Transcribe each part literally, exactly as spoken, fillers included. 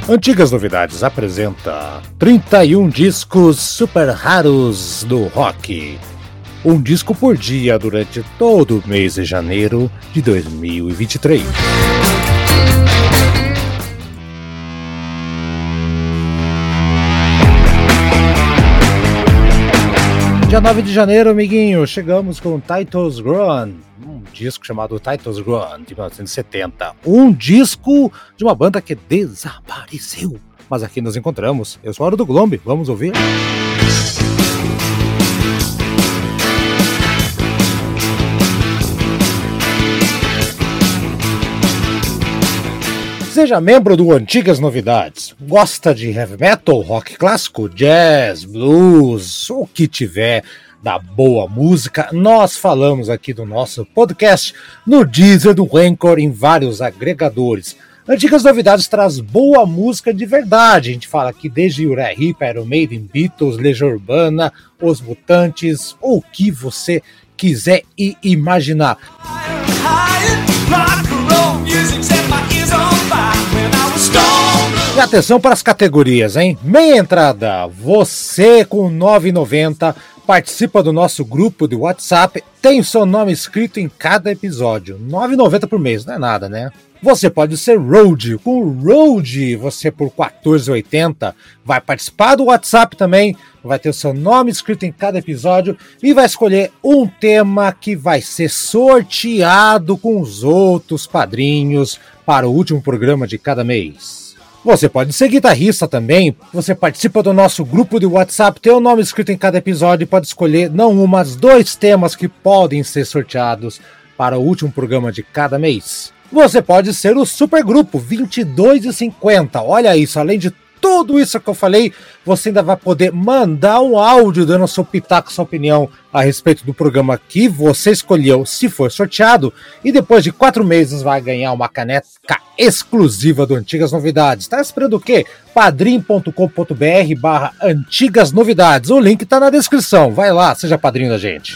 Antigas Novidades apresenta trinta e um discos super raros do rock. Um disco por dia durante todo o mês de janeiro de dois mil e vinte e três. Dia nove de janeiro, amiguinho, chegamos com Titles Grown, um disco chamado Titles Grown, de mil novecentos e setenta. Um disco de uma banda que desapareceu. Mas aqui nos encontramos. Eu sou a Hora do Glombe, vamos ouvir? Seja membro do Antigas Novidades. Gosta de heavy metal, rock clássico, jazz, blues, o que tiver da boa música, nós falamos aqui do nosso podcast no Deezer, do Anchor, em vários agregadores. Antigas Novidades traz boa música de verdade. A gente fala aqui desde Uriah Heep, Iron Maiden, Beatles, Legião Urbana, Os Mutantes, o que você quiser e imaginar. E atenção para as categorias, hein? Meia entrada, você com nove reais e noventa centavos participa do nosso grupo de WhatsApp, tem o seu nome escrito em cada episódio. nove reais e noventa centavos por mês, não é nada, né? Você pode ser Road, com Road você por quatorze reais e oitenta centavos vai participar do WhatsApp também, vai ter o seu nome escrito em cada episódio e vai escolher um tema que vai ser sorteado com os outros padrinhos para o último programa de cada mês. Você pode ser guitarrista também, você participa do nosso grupo de WhatsApp, tem o nome escrito em cada episódio e pode escolher não um, mas dois temas que podem ser sorteados para o último programa de cada mês. Você pode ser o supergrupo vinte e dois reais e cinquenta centavos, olha isso, além de tudo isso que eu falei, você ainda vai poder mandar um áudio dando seu pitaco, sua opinião a respeito do programa que você escolheu, se for sorteado, e depois de quatro meses vai ganhar uma caneca exclusiva do Antigas Novidades. Tá esperando o quê? padrim.com.br barra Antigas Novidades. O link tá na descrição, vai lá, seja padrinho da gente.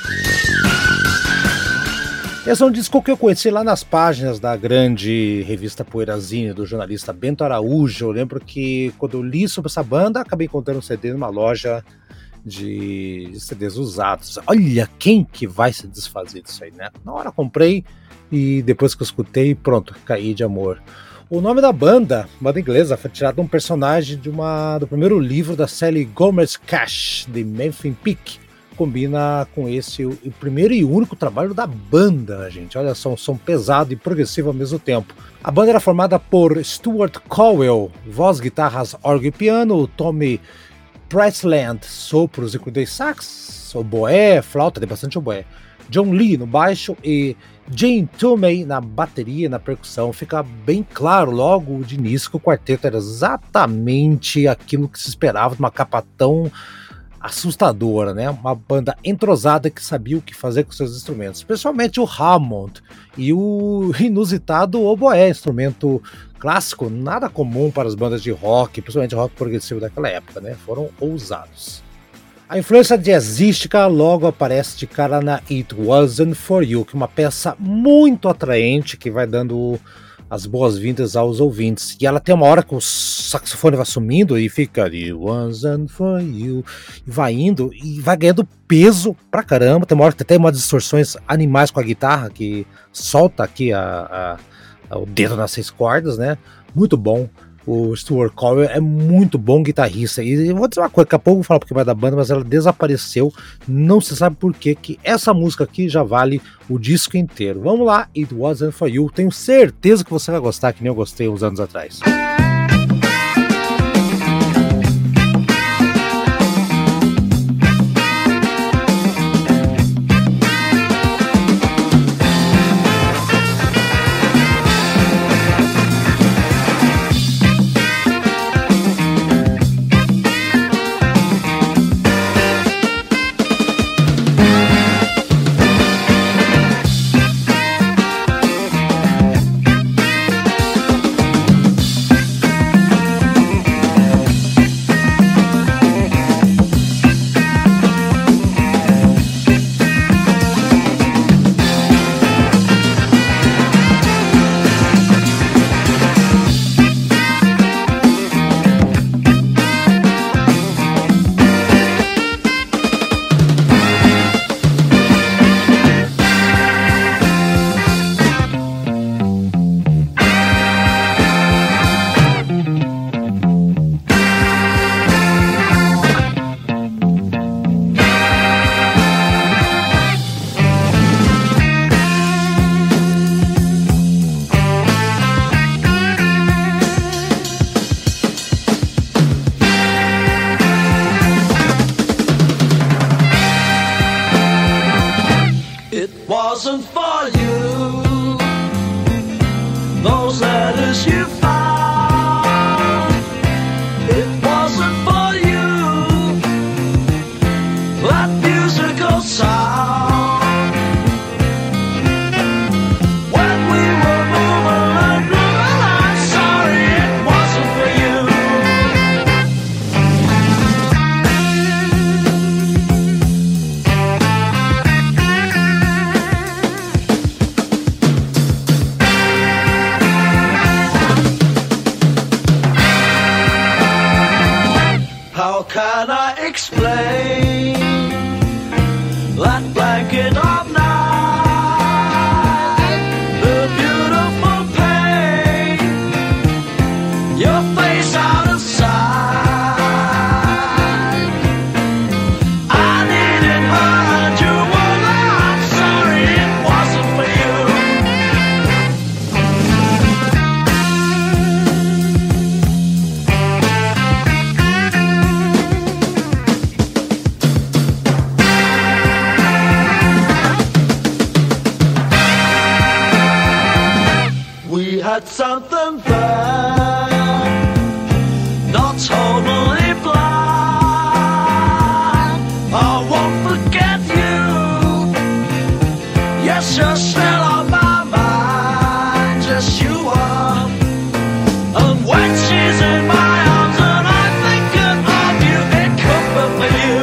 Esse é um disco que eu conheci lá nas páginas da grande revista Poeirazine, do jornalista Bento Araújo. Eu lembro que quando eu li sobre essa banda, acabei encontrando um C D numa loja de C Ds usados. Olha, quem que vai se desfazer disso aí, né? Na hora comprei e depois que eu escutei, pronto, caí de amor. O nome da banda, banda inglesa, foi tirado de um personagem de uma, do primeiro livro da série Gomer's Cash, de Memphis Peak. Combina com esse o, o primeiro e único trabalho da banda, gente. Olha só, um som pesado e progressivo ao mesmo tempo. A banda era formada por Stuart Cowell, voz, guitarras, órgão e piano, Tommy Pressland, sopros e crudez sax, oboé, flauta, tem bastante oboé, John Lee no baixo e Gene Toomey na bateria e na percussão. Fica bem claro logo de início que o quarteto era exatamente aquilo que se esperava de uma capa tão assustadora, né? Uma banda entrosada que sabia o que fazer com seus instrumentos, especialmente o Hammond e o inusitado oboé, instrumento clássico, nada comum para as bandas de rock, principalmente rock progressivo daquela época, né? Foram ousados. A influência jazzística logo aparece de cara na It Wasn't For You, que é uma peça muito atraente que vai dando as boas-vindas aos ouvintes. E ela tem uma hora que o saxofone vai sumindo e fica It wasn't for you, e vai indo e vai ganhando peso pra caramba. Tem uma hora que tem umas distorções animais com a guitarra que solta aqui a, a, a, o dedo nas seis cordas, né? Muito bom. O Stuart Cowell é muito bom guitarrista. E eu vou dizer uma coisa, daqui a pouco eu vou falar um pouquinho mais da banda, mas ela desapareceu. Não se sabe por quê, que essa música aqui já vale o disco inteiro. Vamos lá, It Wasn't For You. Tenho certeza que você vai gostar, que nem eu gostei uns anos atrás. wasn't for you, those letters you found, it wasn't for you, that musical sound. When we were moving and moving, I'm sorry it wasn't for you. How can I explain that blanket of night, the beautiful pain, your face out of sight? I needed her and you were there. I'm sorry it wasn't for you. We had something there, not totally blind. I won't forget you. Yes, you're still on my mind. Yes, you are. And when she's in my arms and I'm thinking of you, it could be you.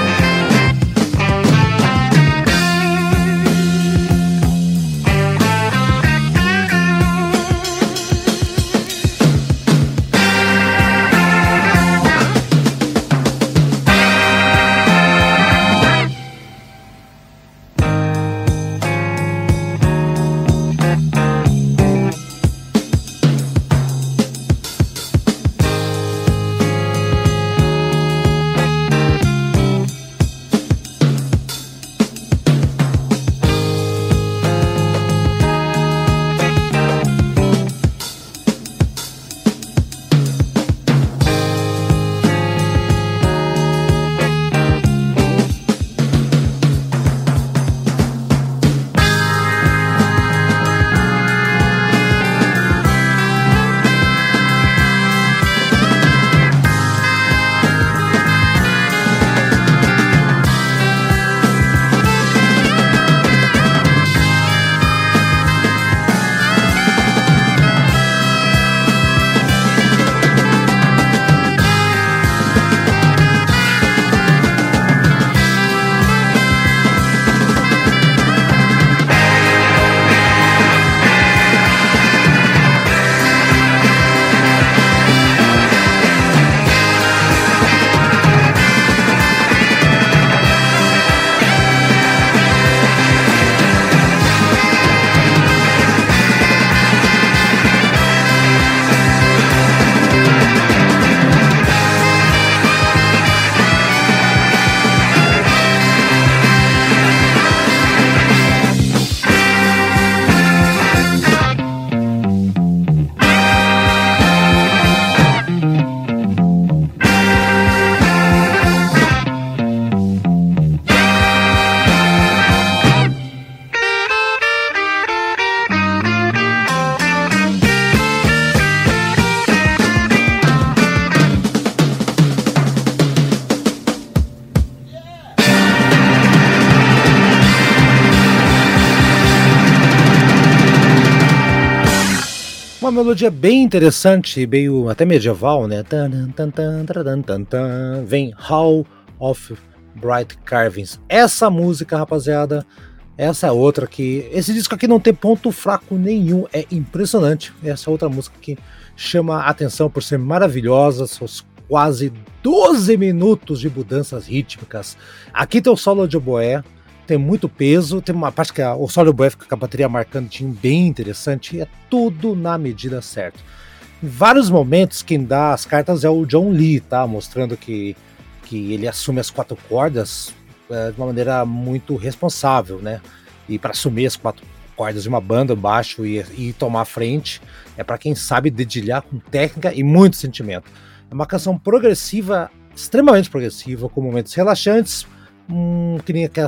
Uma melodia bem interessante, meio até medieval, né? Tan, tan, tan, tan, tan, tan. Vem Hall of Bright Carvings. Essa música, rapaziada, essa é outra que... Esse disco aqui não tem ponto fraco nenhum, é impressionante. Essa é outra música que chama a atenção por ser maravilhosa, seus quase doze minutos de mudanças rítmicas. Aqui tem o solo de oboé, tem muito peso, tem uma parte que a, o solo de oboé fica com a bateria marcando time bem interessante, é tudo na medida certa. Em vários momentos quem dá as cartas é o John Lee, tá? Mostrando que, que ele assume as quatro cordas é, de uma maneira muito responsável, né? E para assumir as quatro cordas de uma banda, baixo e, e tomar a frente, é para quem sabe dedilhar com técnica e muito sentimento. É uma canção progressiva, extremamente progressiva, com momentos relaxantes, hum, que nem aquelas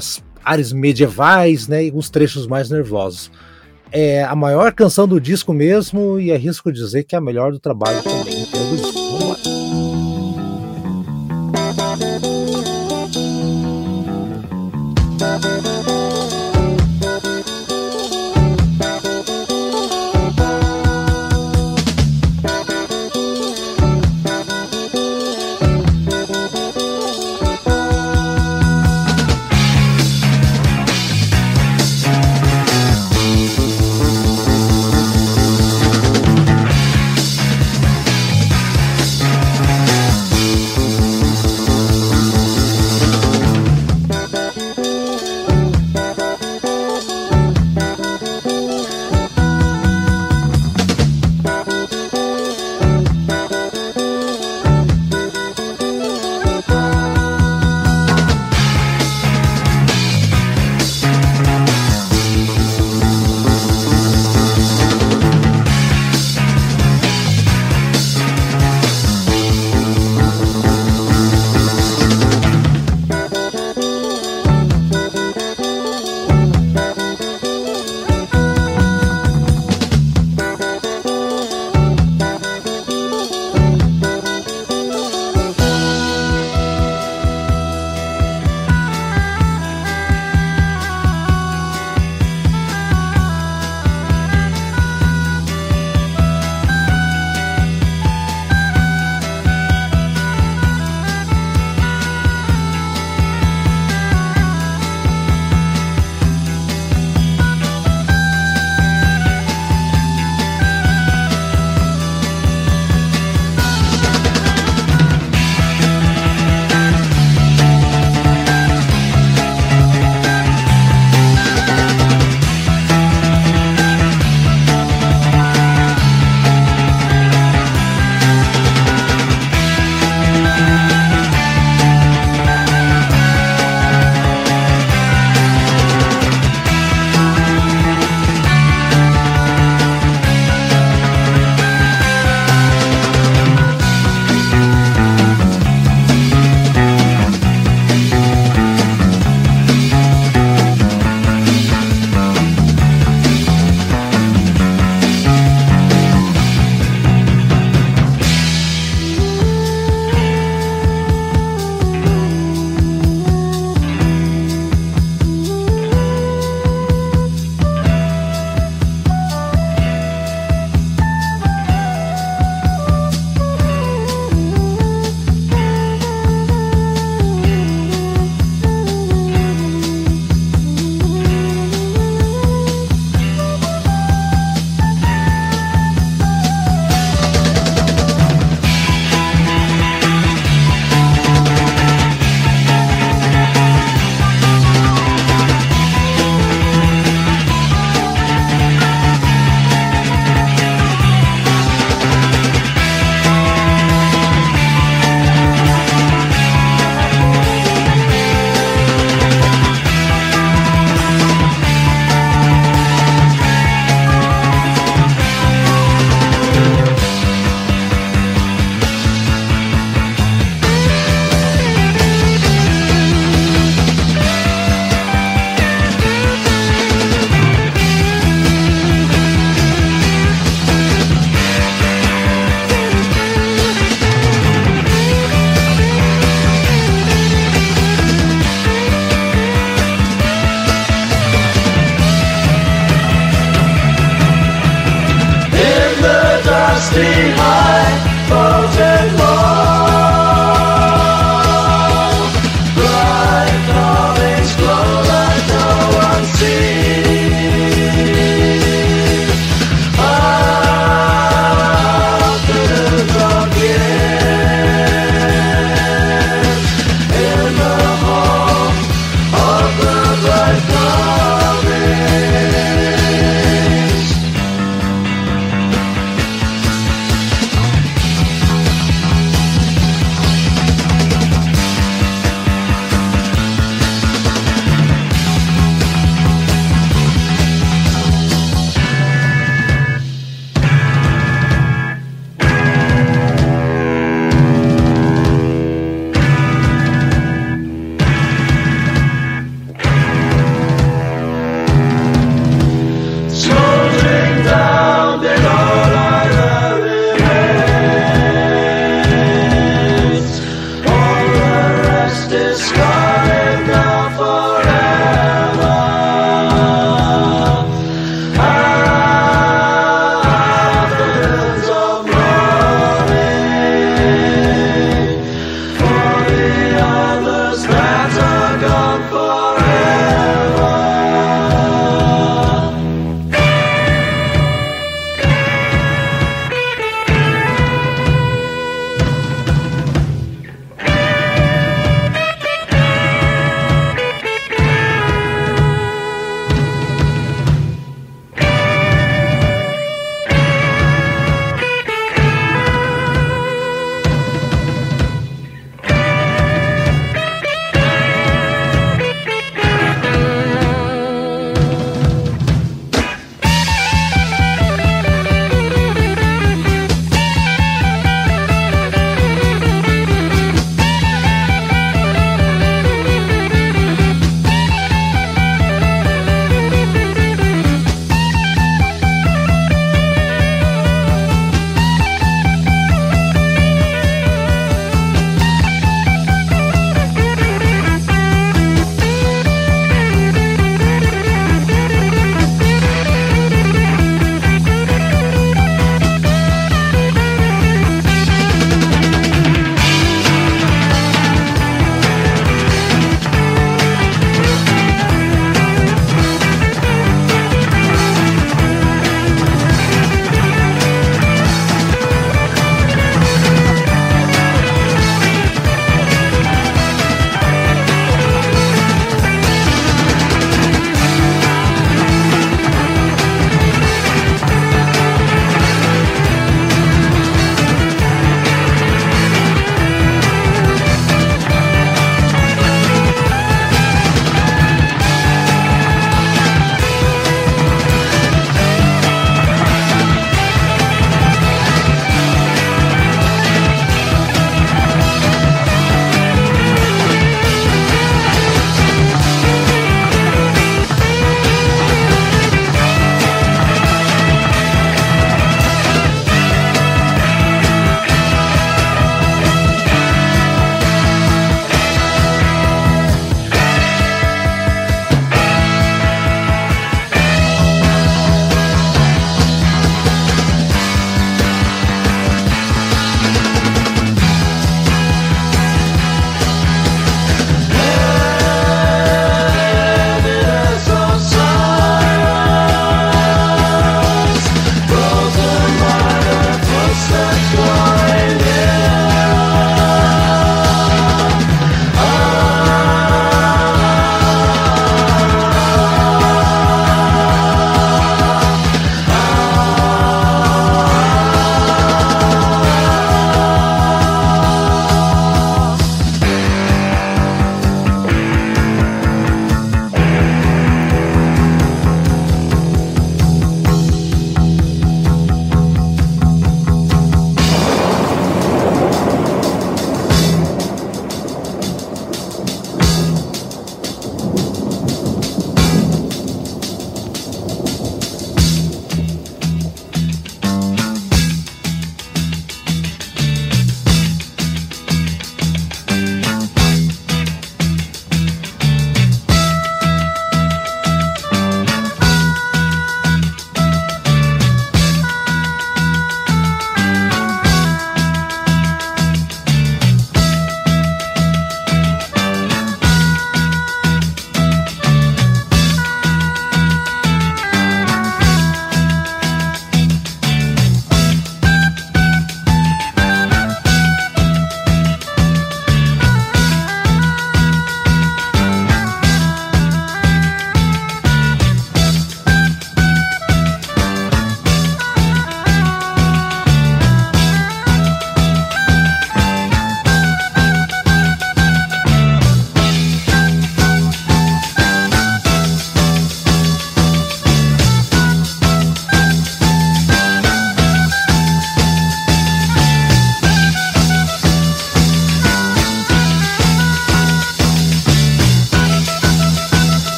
ares medievais, né, e uns trechos mais nervosos. É a maior canção do disco mesmo, e arrisco dizer que é a melhor do trabalho também. Do disco. Vamos lá.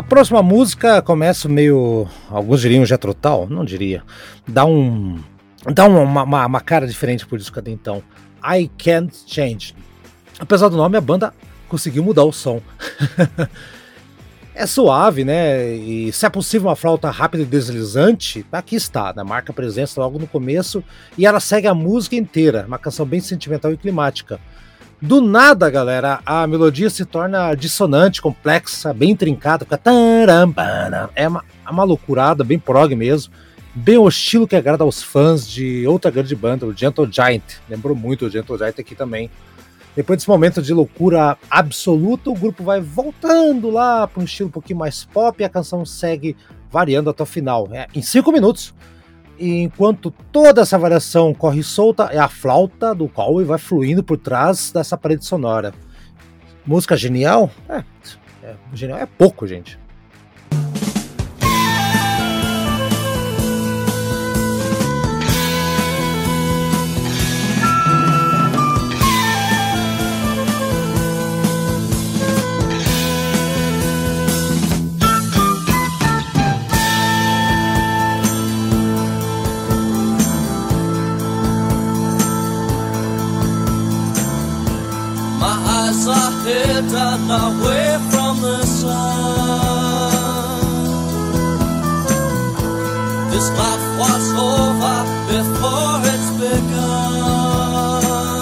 próxima música começa meio, alguns diriam Jethro Tull, não diria, dá um, dá uma, uma, uma cara diferente pro disco até então. I Can't Change. Apesar do nome, a banda conseguiu mudar o som. É suave, né? E se é possível uma flauta rápida e deslizante, aqui está, né? Marca presença logo no começo e ela segue a música inteira, uma canção bem sentimental e climática. Do nada, galera, a melodia se torna dissonante, complexa, bem intrincada, fica é uma, uma loucurada, bem prog mesmo, bem o estilo que agrada aos fãs de outra grande banda, o Gentle Giant. Lembrou muito o Gentle Giant aqui também. Depois desse momento de loucura absoluta, o grupo vai voltando lá para um estilo um pouquinho mais pop e a canção segue variando até o final, é, em cinco minutos. E enquanto toda essa variação corre solta, é a flauta do Cowell vai fluindo por trás dessa parede sonora. Música genial? É, é genial é pouco, gente. And away from the sun, this life was over before it's begun.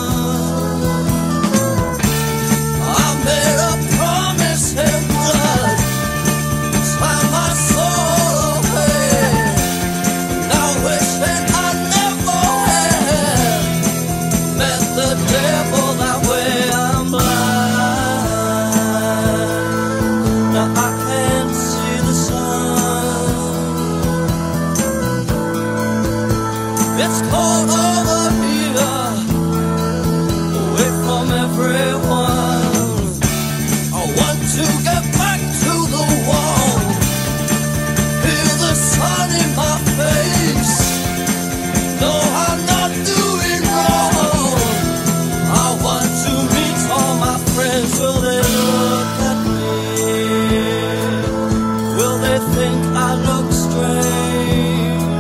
I made a promise in blood, swam my soul away, now wishing I never had met the devil that way. I'm blind. It's cold over here, away from everyone. I want to get back to the wall, feel the sun in my face. No, I'm not doing wrong. I want to meet all my friends. Will they look at me? Will they think I look strange?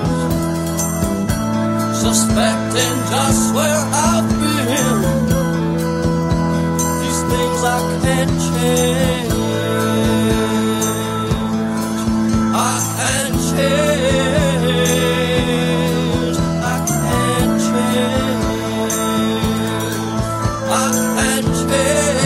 Suspecting just where I've been. These things I can't change. I can't change. I can't change. I can't change.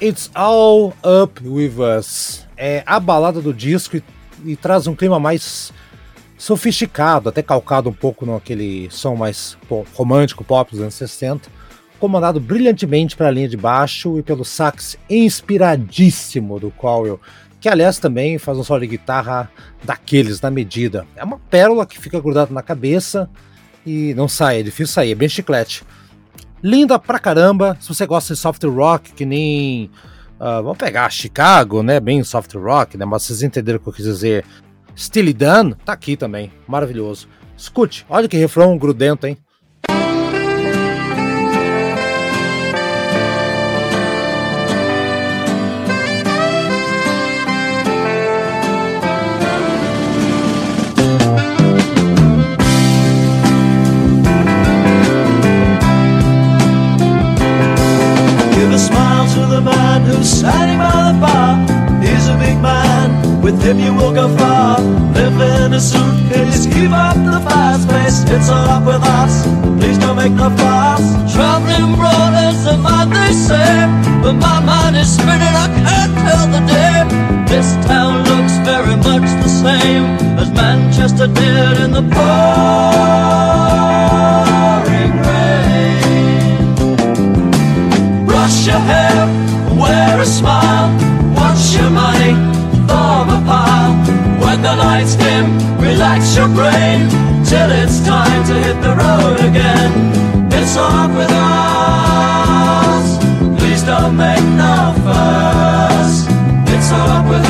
It's All Up With Us. É a balada do disco e, e traz um clima mais sofisticado, até calcado um pouco naquele som mais pô, romântico pop dos anos sessenta, comandado brilhantemente pela linha de baixo e pelo sax inspiradíssimo do Cowell, que aliás também faz um solo de guitarra daqueles, na medida. É uma pérola que fica grudada na cabeça e não sai, é difícil sair, é bem chiclete. Linda pra caramba, se você gosta de soft rock, que nem... Uh, vamos pegar Chicago, né, bem soft rock, né, mas vocês entenderam o que eu quis dizer. Steely Dan, tá aqui também, maravilhoso. Escute, olha que refrão grudento, hein. Standing by the bar, he's a big man. With him you will go far. Live in a suitcase, keep up the fast pace. It's all up with us, please don't make no fuss. Traveling abroad is the mind they say, but my mind is spinning, I can't tell the day. This town looks very much the same as Manchester did in the pouring rain. Brush your hair, wear a smile, watch your money form a pile. When the lights dim, relax your brain till it's time to hit the road again. It's all up with us, please don't make no fuss. It's all up with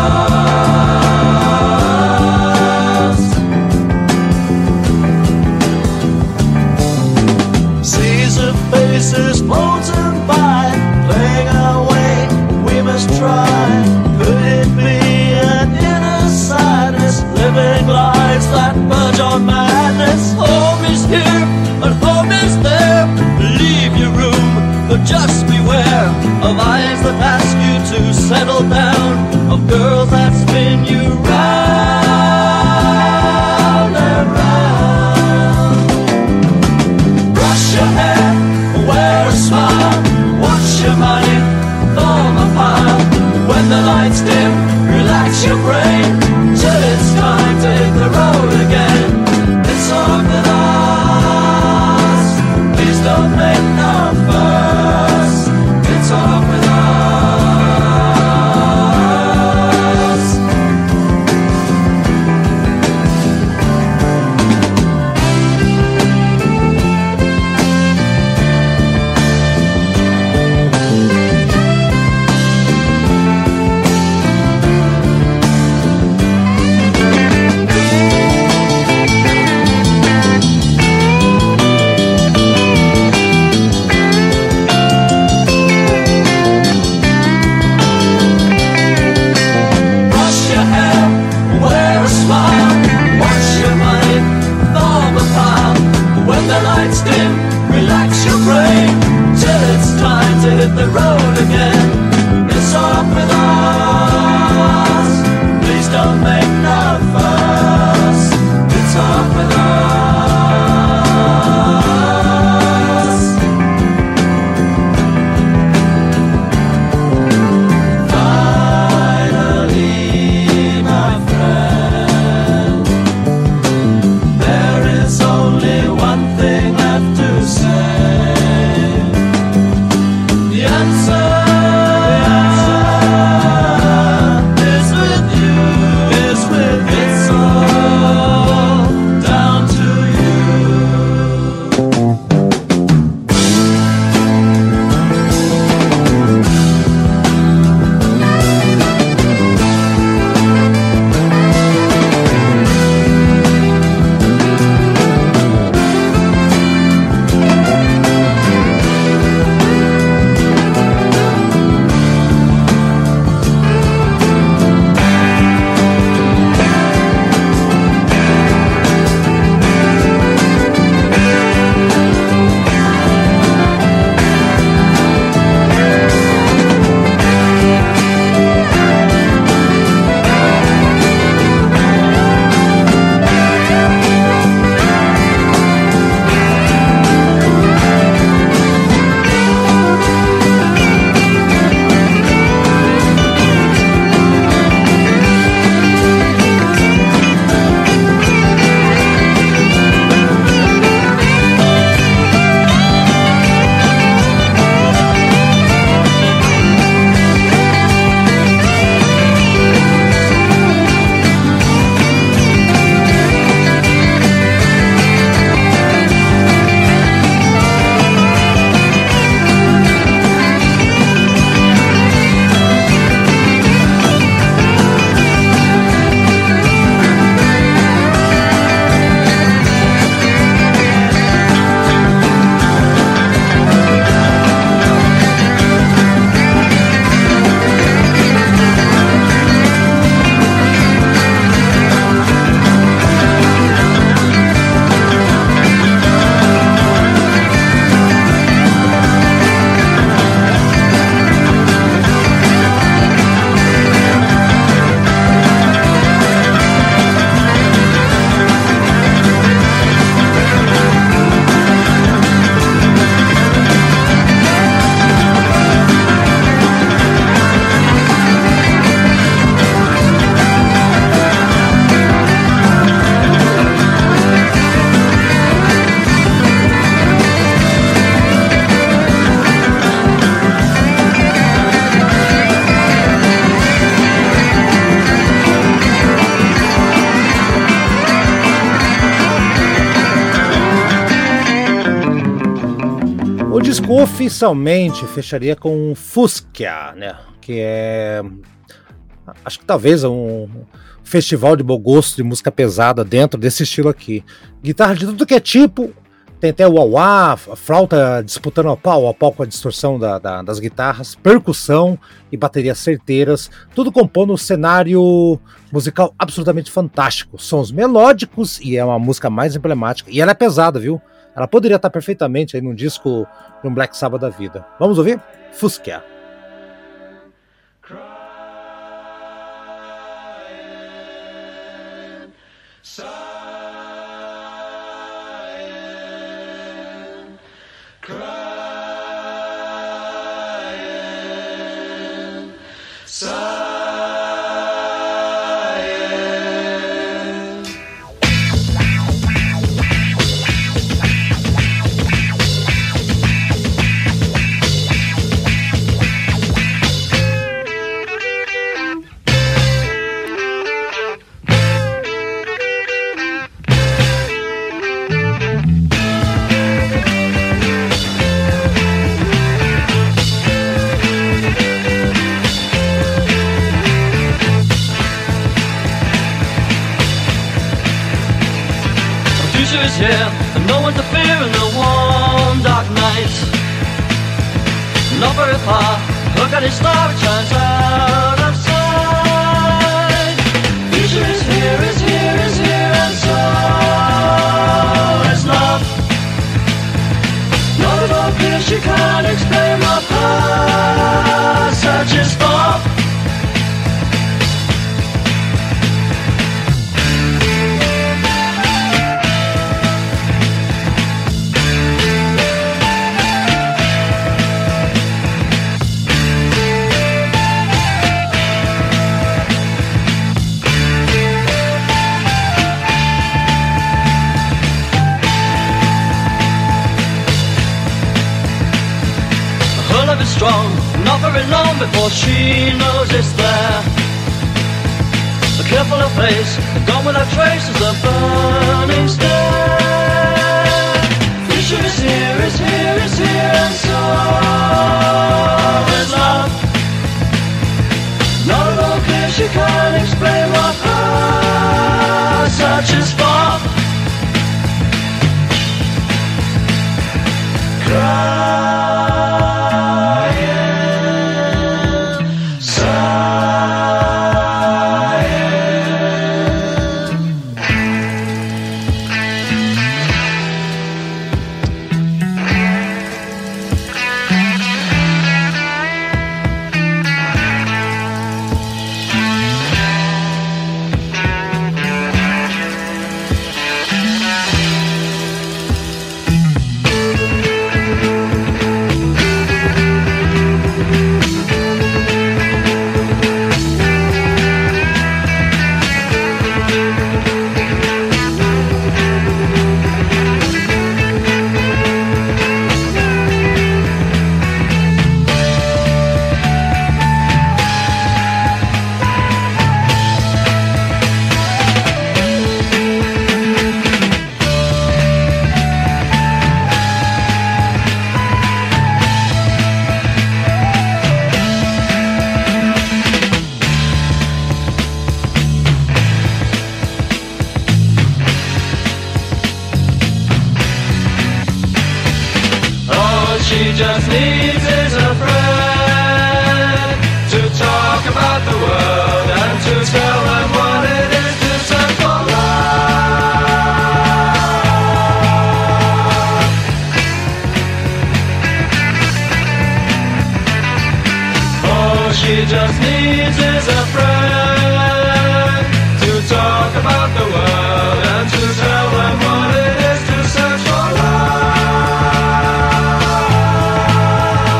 us. Seas of faces floating by, playing our way, we must try. Could it be an inner sadness, living lives that verge on madness? Home is here and home is there. Leave your room, but just beware of eyes that ask you to settle down, of girls that spin you round and round. Brush your hair, wear a smile, watch your money form a pile. When the lights dim, relax your brain till it's time to hit the road again. It's all with us, please don't make no fuss. It's all with us. Oficialmente fecharia com Fusca, né? Que é, acho que talvez um festival de bom gosto de música pesada dentro desse estilo aqui. Guitarra de tudo que é tipo, tem até o wah-wah, a flauta disputando ao pau a pau com a distorção da, da, das guitarras, percussão e baterias certeiras, tudo compondo um cenário musical absolutamente fantástico. Sons melódicos e é uma música mais emblemática. E ela é pesada, viu? Ela poderia estar perfeitamente aí num disco de um Black Sabbath da vida. Vamos ouvir? Fusca. Here, and no one to fear in the warm, dark night. Not very far, look at his star, it shines out of sight. Future is here, is here, is here, and so is love. Not at all clear, she can't explain what past searches for. Strong, not very long before she knows it's there. A careful of face, gone without traces of burning stare. Future is here, is here, is here, and so is love. Not at all clear, she can't explain what her searches for. Cry. She just needs is a friend to talk about the world and to tell them what it is to search for love. All she just needs is a friend to talk about the world and to tell them what it is to search for love.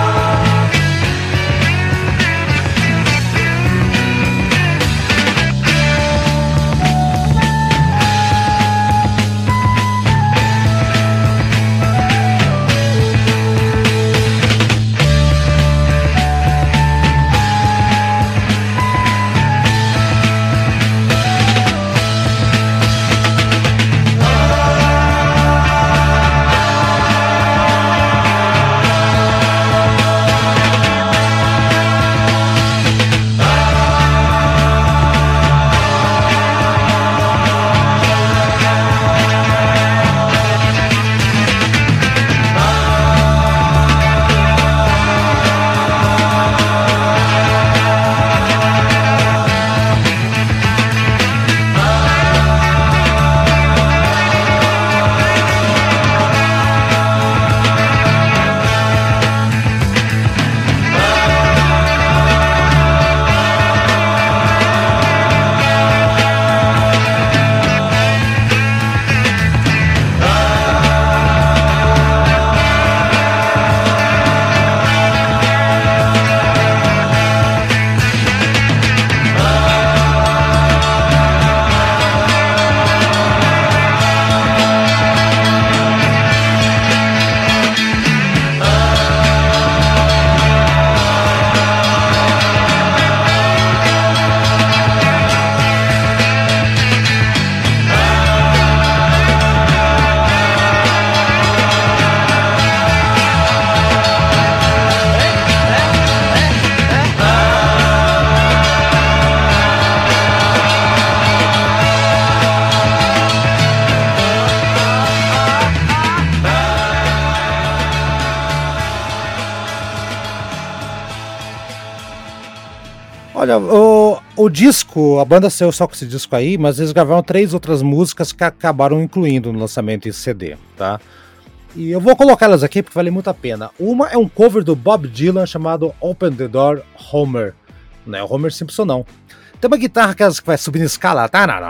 Olha, o, o disco, a banda saiu só com esse disco aí, mas eles gravaram três outras músicas que acabaram incluindo no lançamento em C D, tá? E eu vou colocar elas aqui porque vale muito a pena. Uma é um cover do Bob Dylan chamado Open the Door, Homer. Não é o Homer Simpson, não. Tem uma guitarra aquelas que vai subir em escala.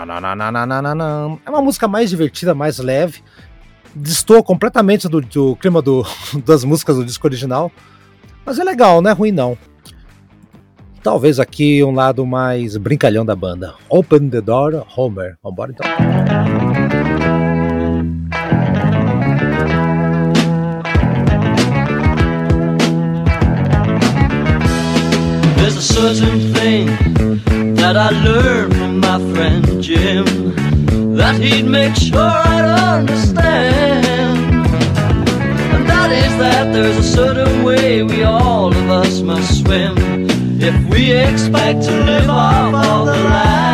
É uma música mais divertida, mais leve. Destoa completamente do, do clima do, das músicas do disco original. Mas é legal, não é ruim não. Talvez aqui um lado mais brincalhão da banda. Open the Door, Homer. Vambora então. There's a certain thing that I learned from my friend Jim, that he'd make sure I'd understand. And that is that there's a certain way we all of us must swim if we expect to live off of the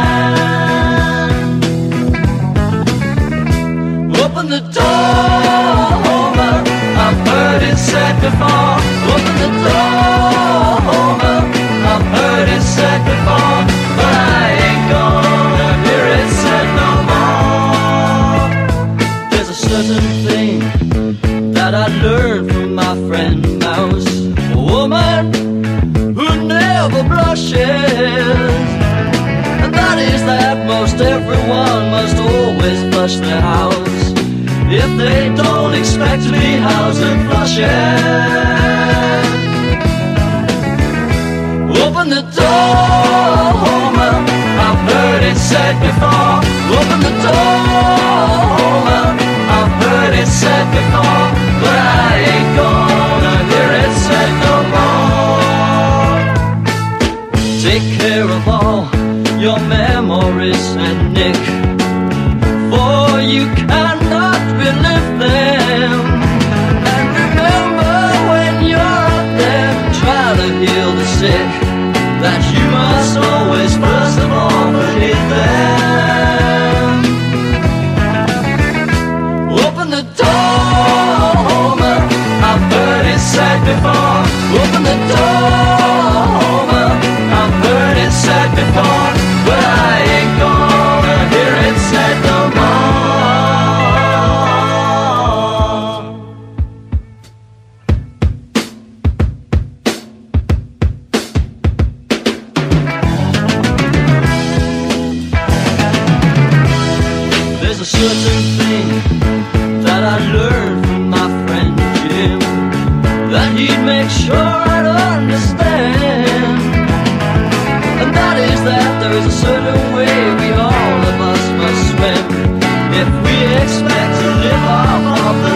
land. Open the door, Homer, I've heard it said before. Open the door, Homer, I've heard it said before, but I ain't gonna hear it said no more. There's a certain thing that I learned from my friend Mouse, a woman who never blushes, and that is that most everyone must always flush their house if they don't expect to be housed and flushing. Open the door, Homer, I've heard it said before. Open the door, Homer, I've heard it said before, but I ain't gonna hear it said no more. Take care of all your memories and Nick, for you cannot relive them. And remember when you're up there trying to heal the sick, that you must always first of all forgive them. Open the door, Homer, I've heard it said before. Open the door, Homer, I've heard it said before, but I ain't gonna hear it said no more. There's a certain thing that I learned from my friend Jim, that he'd make sure I'd understand. And that is that there is a certain way we all of us must swim if we expect to live off of the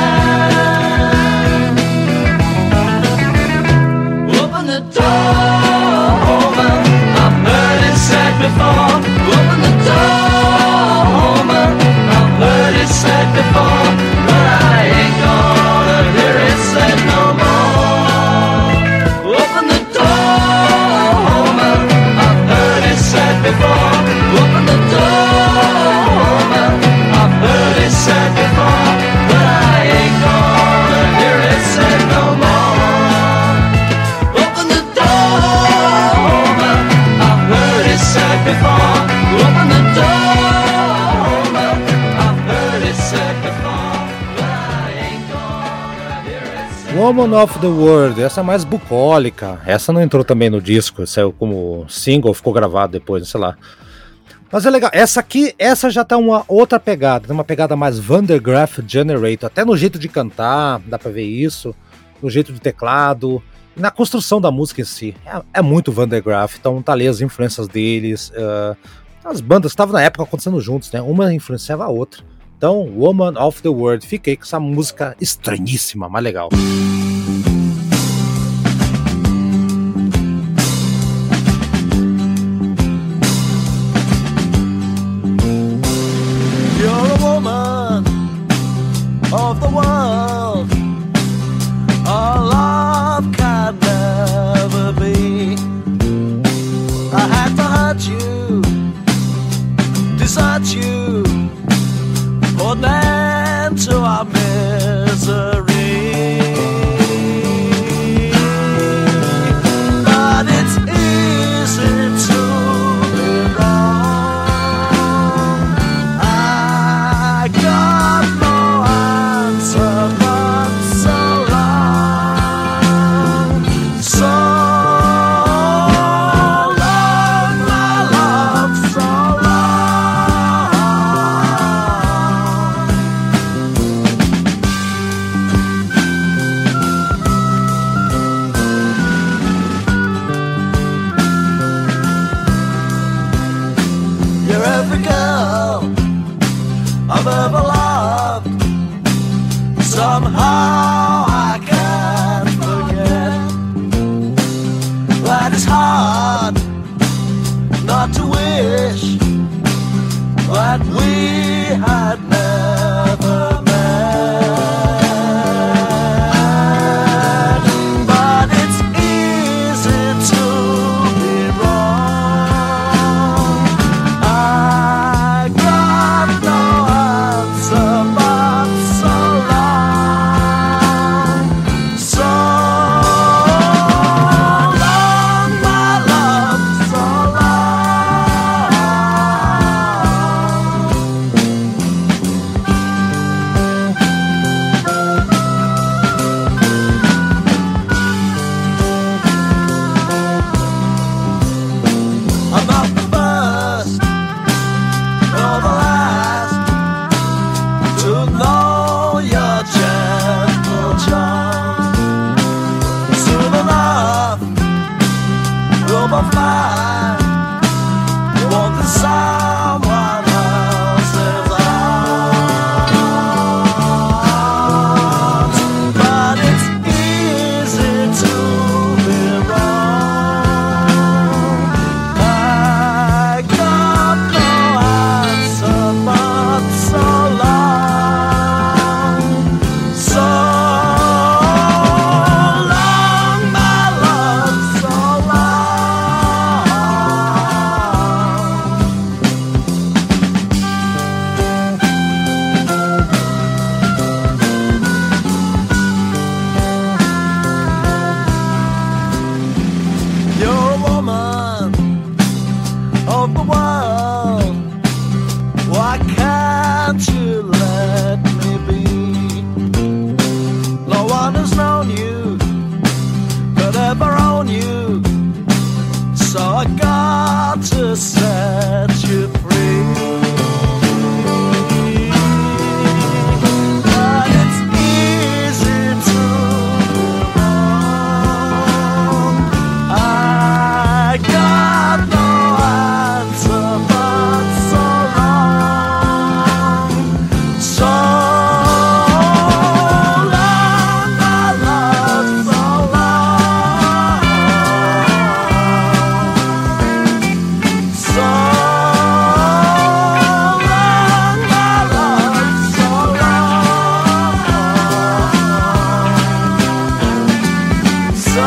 land. Open the door, Homer, I've heard it said before. Open the door, Homer, I've heard it said before, but I ain't gonna hear it said no more. Open the door, Homer, I've heard it said before. Open the door, Homer, I've heard it said before, but I ain't gonna hear it said no more. Open the door, Homer, I've heard it said before. Open the door, Homer, I've heard it said before, but I ain't gonna hear it said. Woman of the World, essa é mais bucólica. Essa não entrou também no disco, saiu como single, ficou gravado depois, sei lá. Mas é legal, essa aqui, essa já tá uma outra pegada, tem uma pegada mais Van der Graaf Generator, até no jeito de cantar, dá pra ver isso, no jeito de teclado, e na construção da música em si. É, é muito Van der Graaf, então tá ali as influências deles, uh, as bandas que estavam na época acontecendo juntos, né? Uma influenciava a outra. Então, Woman of the World, fiquei com essa música estranhíssima, mas legal. You're a woman of the world, our love can never be. I had to hurt you, desert you, put an end to our misery. every girl I've ever loved. Somehow I can't forget that it's hard not to wish that we had never met. But it's easy to be wrong. I got no answer, but so long, so long, my love, so I'm not the first or the last to know your gentle charm. Soon enough, we'll both find walk in someone else's arms. But it's easy to be wrong. I got no answer, but so long, so long, my love, so long. You're a woman of the world. Why can't you let me be? No one has known you, could ever own you, so I got to set you free. But it's easy to be wrong. I got no answer, but so long, so long, my love, so long, so long, my love, so long, so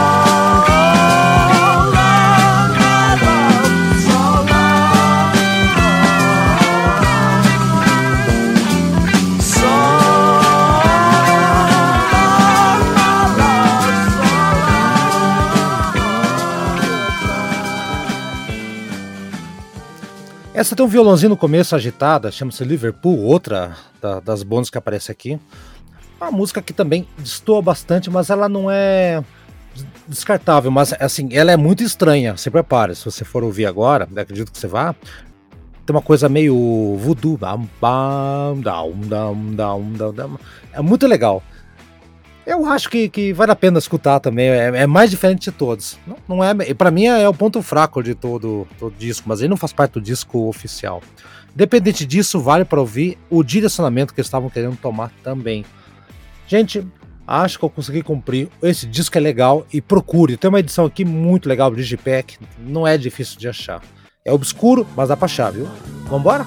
Essa tem um violãozinho no começo agitada, chama-se Liverpool, outra da- das bônus que aparece aqui. Uma música que também destoa bastante, mas ela não é descartável, mas assim, ela é muito estranha, se prepare, se você for ouvir agora, acredito que você vá, tem uma coisa meio voodoo, bam, bam, dam, dam, dam, dam, dam. É muito legal. Eu acho que, que vale a pena escutar também, é, é mais diferente de todos. Não, não é, para mim é o ponto fraco de todo o disco, mas ele não faz parte do disco oficial. Independente disso, vale para ouvir o direcionamento que eles estavam querendo tomar também. Gente, acho que eu consegui cumprir. Esse disco é legal e procure. Tem uma edição aqui muito legal do Digipack, não é difícil de achar. É obscuro, mas dá pra achar, viu? Vambora?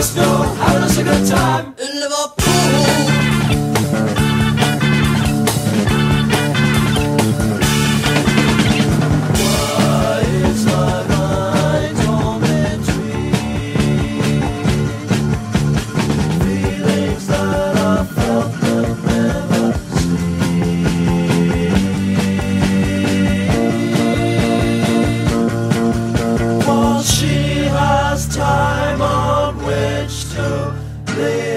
disco, having us a good time in Liverpool. Time on which to live.